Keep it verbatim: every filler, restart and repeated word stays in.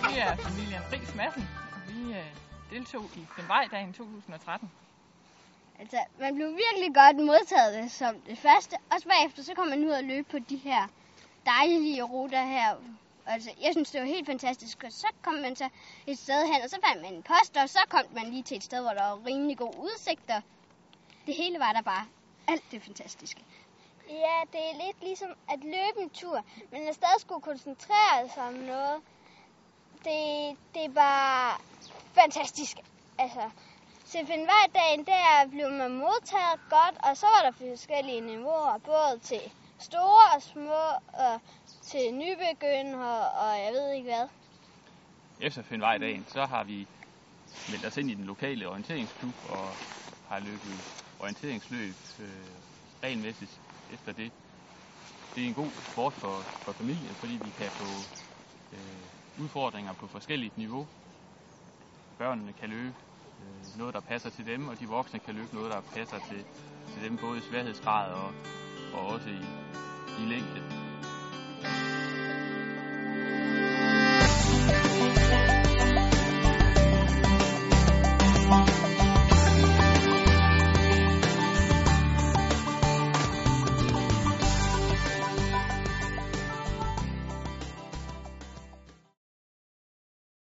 Vi er familien Friis Madsen, og vi øh, deltog i Find Vej-dagen to tusind og tretten. Altså, man blev virkelig godt modtaget som det første, og så bagefter så kom man ud og løbe på de her dejlige ruter her. Altså, jeg synes, det var helt fantastisk, og så kom man så et sted hen, og så fandt man en post, og så kom man lige til et sted, hvor der var rimelig god udsigt, og det hele var der bare. Alt det fantastiske. Ja, det er lidt ligesom at løbe en tur, men jeg stadig skulle koncentrere sig om noget. Det, det er bare fantastisk. Altså, til Find Vej-dagen, der blev man modtaget godt, og så var der forskellige niveauer, både til store og små, og til nybegyndere, og jeg ved ikke hvad. Efter Find Vej-dagen, så har vi meldt os ind i den lokale orienteringsklub, og har løbet orienteringsløb øh, regelmæssigt efter det. Det er en god sport for, for familien, fordi vi kan få øh, udfordringer på forskelligt niveau. Børnene kan løbe øh, noget, der passer til dem, og de voksne kan løbe noget, der passer til, til dem, både i sværhedsgrad og, og også i, i længde.